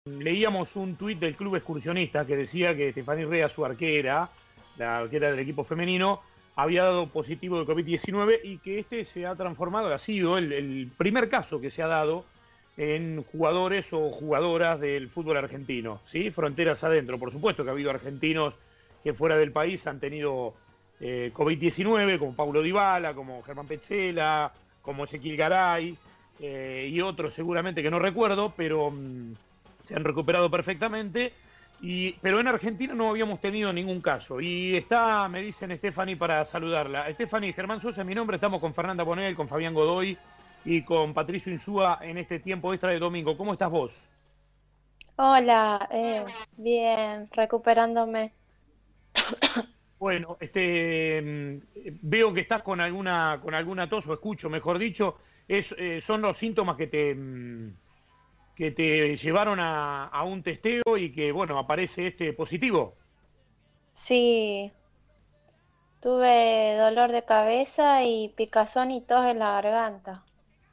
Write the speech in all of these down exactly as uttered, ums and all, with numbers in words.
Leíamos un tuit del club excursionista que decía que Estefanía Rea, su arquera, la arquera del equipo femenino, había dado positivo de COVID diecinueve y que este se ha transformado, ha sido el, el primer caso que se ha dado en jugadores o jugadoras del fútbol argentino, ¿sí? Fronteras adentro. Por supuesto que ha habido argentinos que fuera del país han tenido eh, COVID diecinueve, como Paulo Dybala, como Germán Petzela, como Ezequiel Garay, eh, y otros seguramente que no recuerdo, pero mmm, se han recuperado perfectamente. Y, pero en Argentina no habíamos tenido ningún caso. Y está, me dicen Stephanie para saludarla. Stephanie, Germán Sosa es mi nombre, estamos con Fernanda Bonel, con Fabián Godoy y con Patricio Insúa en este tiempo extra de domingo. ¿Cómo estás vos? Hola, eh, bien, recuperándome. Bueno, este, mm, veo que estás con alguna, con alguna tos, o escucho, mejor dicho, es, eh, son los síntomas que te, mm, que te llevaron a, a un testeo y que, bueno, aparece este positivo. Sí, tuve dolor de cabeza y picazón y tos en la garganta.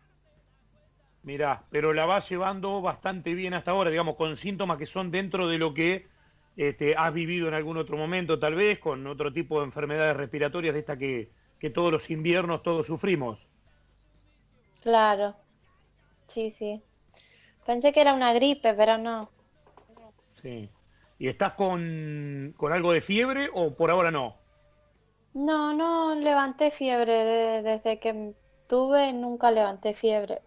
Mirá, pero la vas llevando bastante bien hasta ahora, digamos, con síntomas que son dentro de lo que este, has vivido en algún otro momento, tal vez, con otro tipo de enfermedades respiratorias de esta que, que todos los inviernos todos sufrimos. Claro, sí, sí. Pensé que era una gripe, pero no. Sí. ¿Y estás con, con algo de fiebre o por ahora no? No, no levanté fiebre de- desde que m- tuve, nunca levanté fiebre.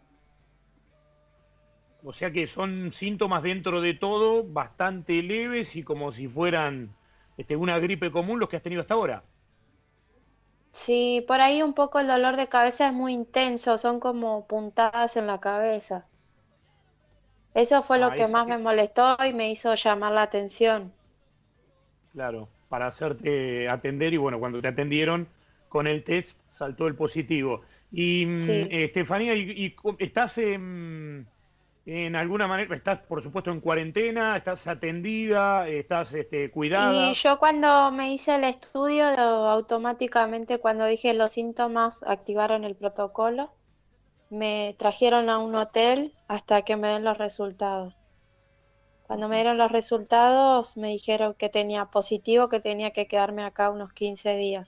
O sea que son síntomas dentro de todo bastante leves y como si fueran este, una gripe común los que has tenido hasta ahora. Sí, por ahí un poco el dolor de cabeza es muy intenso, son como puntadas en la cabeza. Eso fue lo Ah, que esa, más me molestó y me hizo llamar la atención. claro, para hacerte atender y bueno, cuando te atendieron con el test saltó el positivo. Y mm, Sí. eh, Estefanía, ¿y, y co- estás en, en alguna manera, estás por supuesto en cuarentena, estás atendida, estás este, Y cuidada? yo cuando me hice el estudio, automáticamente cuando dije los síntomas, activaron el protocolo, me trajeron a un hotel hasta que me den los resultados. Cuando me dieron los resultados, me dijeron que tenía positivo, que tenía que quedarme acá unos quince días.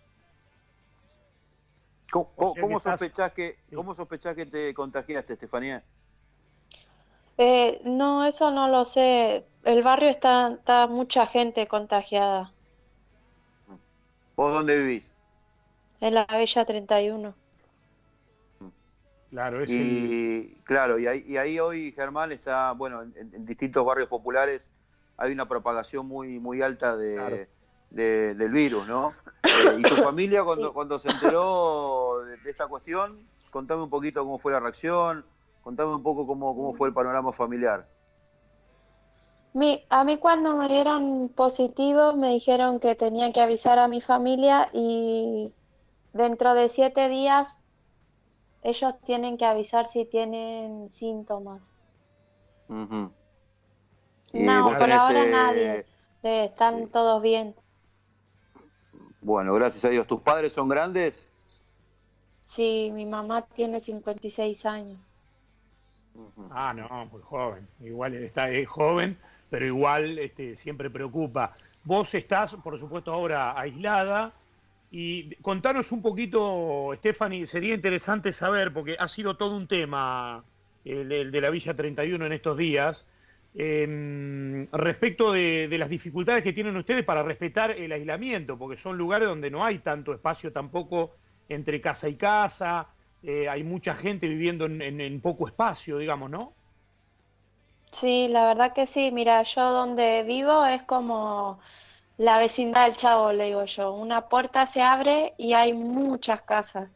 ¿Cómo, O cómo- sea que cómo estás... sospechás que, Sí. cómo sospechás que te contagiaste, Estefanía? Eh, no, eso no lo sé. El barrio está, está mucha gente contagiada, ¿Vos dónde vivís? en la Bella treinta y uno. Claro, es el... Y claro, y ahí, y ahí hoy Germán está, bueno, en, en distintos barrios populares hay una propagación muy, muy alta Claro. de, de- del virus, ¿no? Eh, ¿y tu familia cuando, Sí. cuando se enteró de, de esta cuestión? Contame un poquito cómo fue la reacción, contame un poco cómo, cómo fue el panorama familiar. Mi, a mí cuando me dieron positivo me dijeron que tenía que avisar a mi familia y dentro de siete días ellos tienen que avisar si tienen síntomas. Ujú. Y No, vos por Claro, tenés, ahora nadie. eh, Eh, están eh, todos bien. bueno, gracias a Dios, ¿tus padres son grandes? Sí, mi mamá tiene cincuenta y seis años. Ujú. ah, no, muy joven. Igual está es joven, pero igual este, siempre preocupa. Vos estás, por supuesto, ahora aislada. Y contanos un poquito, Stephanie, sería interesante saber, porque ha sido todo un tema el, el de la Villa treinta y uno en estos días, eh, respecto de, de las dificultades que tienen ustedes para respetar el aislamiento, porque son lugares donde no hay tanto espacio tampoco entre casa y casa, eh, hay mucha gente viviendo en, en- en poco espacio, digamos, ¿no? Sí, la verdad que sí. Mira, yo donde vivo es como la vecindad del Chavo, le digo yo. Una puerta se abre y hay muchas casas.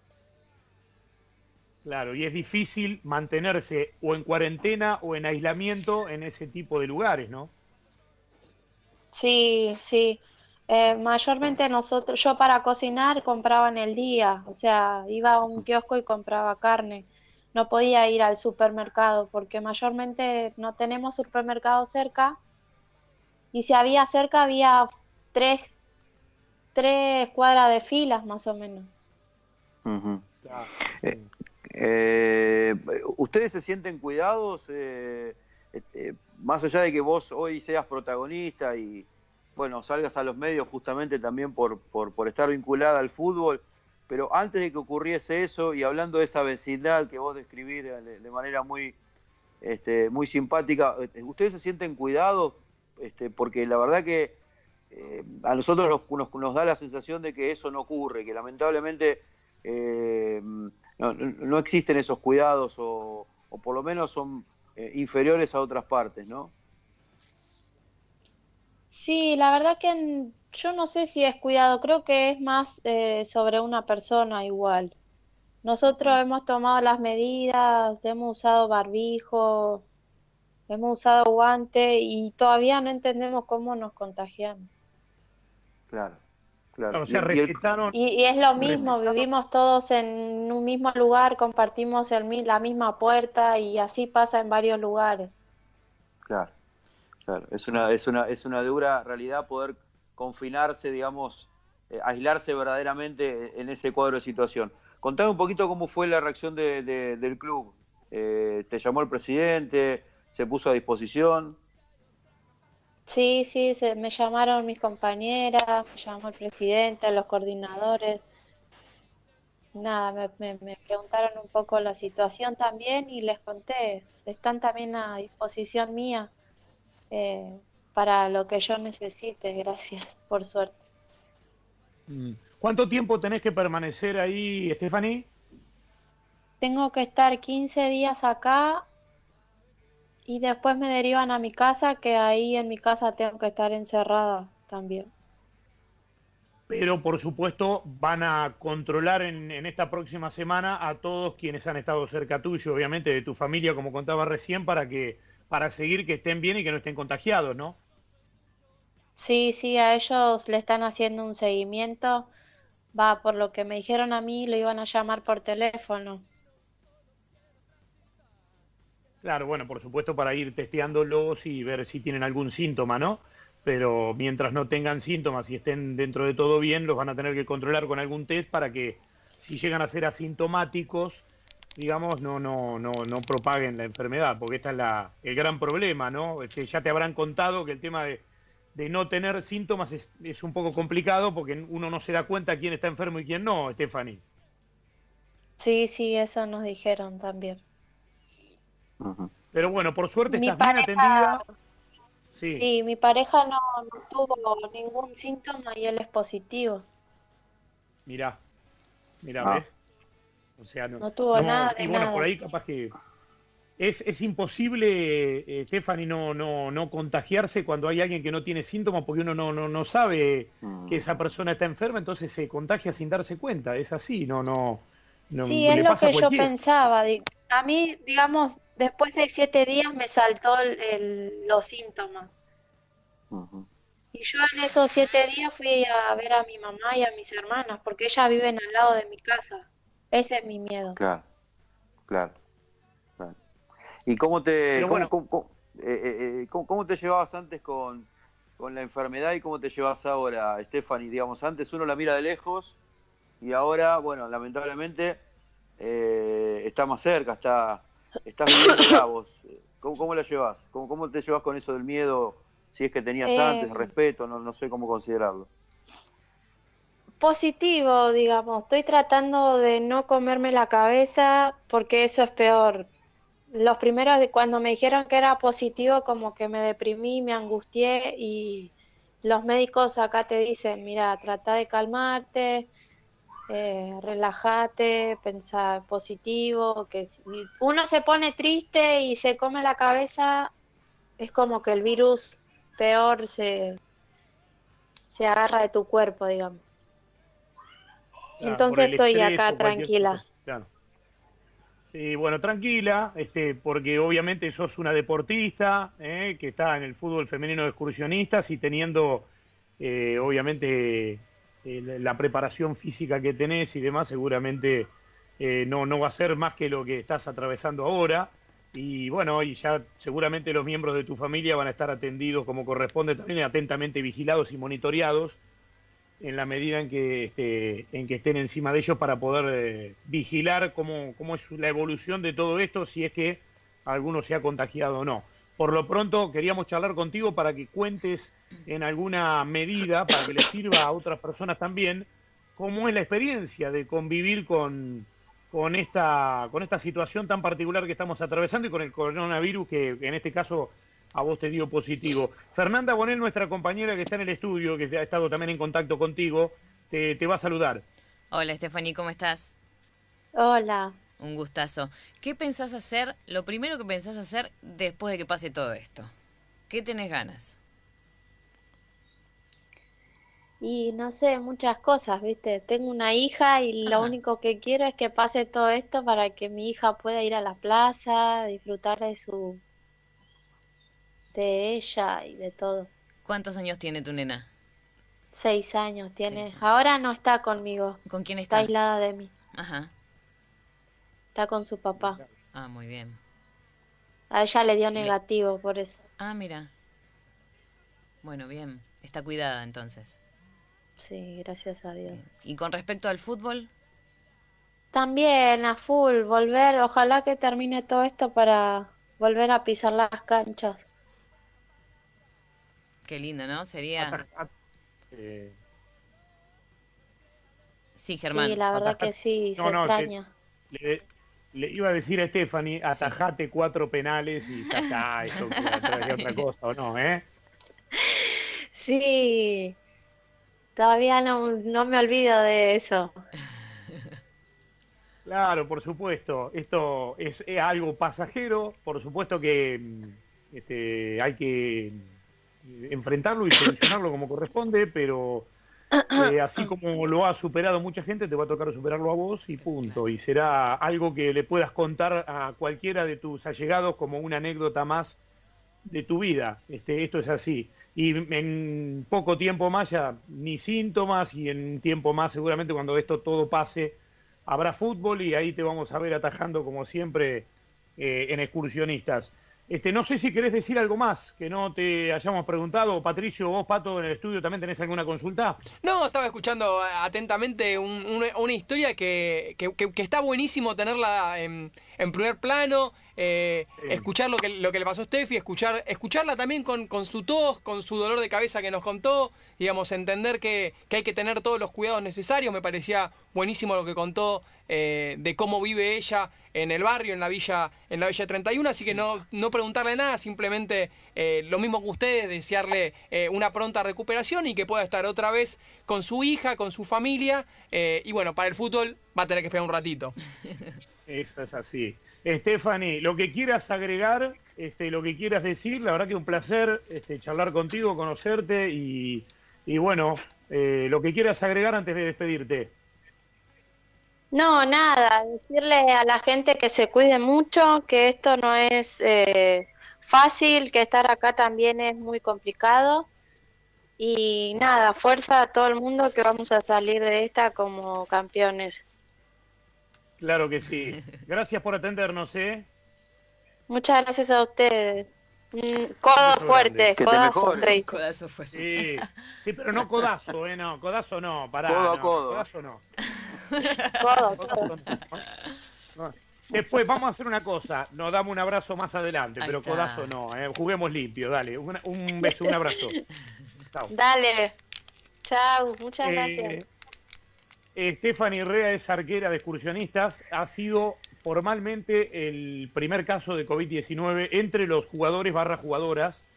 Claro, y es difícil mantenerse o en cuarentena o en aislamiento en ese tipo de lugares, ¿no? Sí, sí. Eh, mayormente nosotros, yo para cocinar compraba en el día, o sea, iba a un kiosco y compraba carne. No podía ir al supermercado porque mayormente no tenemos supermercado cerca y si había cerca había tres, tres cuadras de filas más o menos. Ujú. Claro, Eh, sí. eh, ¿Ustedes se sienten cuidados? Eh, este, más allá de que vos hoy seas protagonista y, bueno, salgas a los medios justamente también por, por, por estar vinculada al fútbol, pero antes de que ocurriese eso, y hablando de esa vecindad que vos describís de, de manera muy, este, muy simpática, ¿ustedes se sienten cuidados? Este, porque la verdad que eh, a nosotros nos, nos, nos da la sensación de que eso no ocurre, que lamentablemente eh, no, no existen esos cuidados o, o por lo menos son eh, inferiores a otras partes, ¿no? Sí, la verdad que en- yo no sé si es cuidado, creo que es más eh, sobre una persona igual. Nosotros hemos tomado las medidas, hemos usado barbijo, hemos usado guante y todavía no entendemos cómo nos contagiamos. Claro, claro. O Y sea, el, y el, respetaron, Y, y es lo mismo, respetaron. vivimos todos en un mismo lugar, compartimos el, mi- la misma puerta y así pasa en varios lugares. claro. Claro, es una, es una, es una dura realidad poder confinarse, digamos, eh, aislarse verdaderamente en ese cuadro de situación. Contame un poquito cómo fue la reacción de, de, del club. Eh, ¿te llamó el presidente? ¿Se puso a disposición? Sí, sí, se, me llamaron mis compañeras, me llamó el presidente, los coordinadores. Nada, me, me, me preguntaron un poco la situación también y les conté. Están también a disposición mía eh, para lo que yo necesite, gracias, por suerte. Mm. ¿Cuánto tiempo tenés que permanecer ahí, Stephanie? Tengo que estar quince días acá y después me derivan a mi casa, que ahí en mi casa tengo que estar encerrada también. Pero por supuesto van a controlar en, en esta próxima semana a todos quienes han estado cerca tuyo, obviamente de tu familia, como contaba recién, para que para seguir que estén bien y que no estén contagiados, ¿no? Sí, sí, a ellos le están haciendo un seguimiento. Va, por lo que me dijeron a mí, lo iban a llamar por teléfono. Claro, bueno, por supuesto para ir testeándolos y ver si tienen algún síntoma, ¿no? Pero mientras no tengan síntomas y estén dentro de todo bien, los van a tener que controlar con algún test para que si llegan a ser asintomáticos, digamos, no, no, no, no propaguen la enfermedad, porque este es la, el gran problema, ¿no? Este, ya te habrán contado que el tema de, de no tener síntomas es, es un poco complicado porque uno no se da cuenta quién está enfermo y quién no, Stephanie. Sí, sí, eso nos dijeron también. Ujú. Pero bueno, por suerte Mi estás bien pareja, atendida. Sí, sí, mi pareja no, no tuvo ningún síntoma y él es positivo. mirá, mirá, Ah, ¿ves? O sea, no, No tuvo no, nada y de bueno, por nada. ahí capaz que es, es imposible, eh, Stephanie, no, no, no contagiarse cuando hay alguien que no tiene síntomas porque uno no, no, no sabe que mm, esa persona está enferma, entonces se contagia sin darse cuenta. Es así, no, no, Sí, no es le lo pasa a que yo cualquiera. pensaba. di- A mí, digamos, después de siete días me saltó el- el- los síntomas. ujú. Y yo en esos siete días fui a ver a mi mamá y a mis hermanas, porque ellas viven al lado de mi casa. Ese es mi miedo. Claro, claro, claro. ¿Y cómo te, Pero cómo, bueno, cómo, cómo, eh, eh, eh, cómo- cómo te llevabas antes con, con la enfermedad y cómo te llevas ahora, Stephanie? Digamos, antes uno la mira de lejos y ahora, bueno, lamentablemente eh, está más cerca, está, estás viviéndola vos. ¿Cómo, cómo la llevas? ¿Cómo, cómo te llevas con eso del miedo? Si es que tenías Eh, antes, respeto, no, no sé cómo considerarlo. Positivo, digamos. Estoy tratando de no comerme la cabeza porque eso es peor. Los primeros, de cuando me dijeron que era positivo, como que me deprimí, me angustié y los médicos acá te dicen, mira, trata de calmarte, eh, relájate, pensar positivo, que si uno se pone triste y se come la cabeza, es como que el virus peor se, se agarra de tu cuerpo, digamos. claro, por Entonces el estoy estrés acá o cualquier tranquila. cosa, claro. Sí, bueno, tranquila, este, porque obviamente sos una deportista, ¿eh? Que está en el fútbol femenino de excursionistas y teniendo, eh, obviamente, eh, la la preparación física que tenés y demás, seguramente eh, no, no va a ser más que lo que estás atravesando ahora. Y bueno, y ya seguramente los miembros de tu familia van a estar atendidos como corresponde, también atentamente vigilados y monitoreados en la medida en que, este, en que estén encima de ellos para poder eh, vigilar cómo, cómo es la evolución de todo esto, si es que alguno se ha contagiado o no. Por lo pronto queríamos charlar contigo para que cuentes en alguna medida, para que le sirva a otras personas también, cómo es la experiencia de convivir con, con, esta, con esta situación tan particular que estamos atravesando y con el coronavirus que, que en este caso a vos te dio positivo. Fernanda Bonel, nuestra compañera que está en el estudio, que ha estado también en contacto contigo, te, te va a saludar. Hola, Stephanie, ¿cómo estás? Hola. Un gustazo. ¿Qué pensás hacer, lo primero que pensás hacer después de que pase todo esto? ¿Qué tenés ganas? Y no sé, muchas cosas, ¿viste? Tengo una hija y lo Ajá. único que quiero es que pase todo esto para que mi hija pueda ir a la plaza, disfrutar de su, de ella y de todo. ¿Cuántos años tiene tu nena? Seis años tiene. Seis años. Ahora no está conmigo, ¿Con quién está está? aislada de mí. Ajá. Está con su papá. Ah, muy bien. A ella le dio Le- negativo por eso. Ah, mira. Bueno, bien. Está cuidada entonces. Sí, gracias a Dios. Bien. ¿Y con respecto al fútbol? También a full, volver, ojalá que termine todo esto para volver a pisar las canchas. Qué lindo, ¿no? Sería... Ataj- at- eh, Sí, Sí, Germán. la verdad atajate. que sí, No, se no, te- extraña. le, le iba a decir a Stephanie, atajate cuatro penales y ya está, esto queda atrás de otra cosa, ¿o no? ¿Eh? Sí, todavía no, no me olvido de eso. Claro, por supuesto. Esto es, es algo pasajero. Por supuesto que mm, este, hay que mm, enfrentarlo y solucionarlo como corresponde, pero eh, así como lo ha superado mucha gente, te va a tocar superarlo a vos y punto. Y será algo que le puedas contar a cualquiera de tus allegados como una anécdota más de tu vida. Este, esto es así. Y en poco tiempo más ya ni síntomas y en un tiempo más seguramente cuando esto todo pase habrá fútbol y ahí te vamos a ver atajando como siempre eh, en Excursionistas. Este, no sé si querés decir algo más que no te hayamos preguntado. Patricio, vos, Pato, en el estudio, ¿también tenés alguna consulta? No, estaba escuchando atentamente un- una, una historia que, que- que- que está buenísimo tenerla en, en primer plano, eh, Sí. escuchar lo que, lo que le pasó a Steffi, escuchar, escucharla también con, con su tos, con su dolor de cabeza que nos contó, digamos, entender que, que hay que tener todos los cuidados necesarios. Me parecía buenísimo lo que contó eh, de cómo vive ella en el barrio, en la villa, en la Villa treinta y uno, así que no, no preguntarle nada, simplemente eh, lo mismo que ustedes, desearle eh, una pronta recuperación y que pueda estar otra vez con su hija, con su familia, eh, y bueno, para el fútbol va a tener que esperar un ratito. Eso es así. Stephanie, lo que quieras agregar, este, lo que quieras decir, la verdad que un placer este, charlar contigo, conocerte y, y bueno, eh, lo que quieras agregar antes de despedirte. No, nada, decirle a la gente que se cuide mucho, que esto no es eh, fácil, que estar acá también es muy complicado. Y nada, fuerza a todo el mundo que vamos a salir de esta como campeones. Claro que sí. Gracias por atendernos, ¿eh? Muchas gracias a ustedes. Mm, Un Codo beso fuerte, grande. Que te codazo, mejores. Freddy. Codazo fuerte. Sí, sí, pero no codazo, ¿eh? No, codazo no, pará. Codo a no, codo. Codazo no. Codo, Codazo codo. no. No. Después vamos a hacer una cosa, nos damos un abrazo más adelante, Ahí pero está. codazo no, ¿eh? Juguemos limpio, dale. Una- un beso, un abrazo. Chao. Dale. Chao, muchas Eh, gracias. eh, Stephanie Rea es arquera de Excursionistas, ha sido formalmente el primer caso de COVID diecinueve entre los jugadores barra jugadoras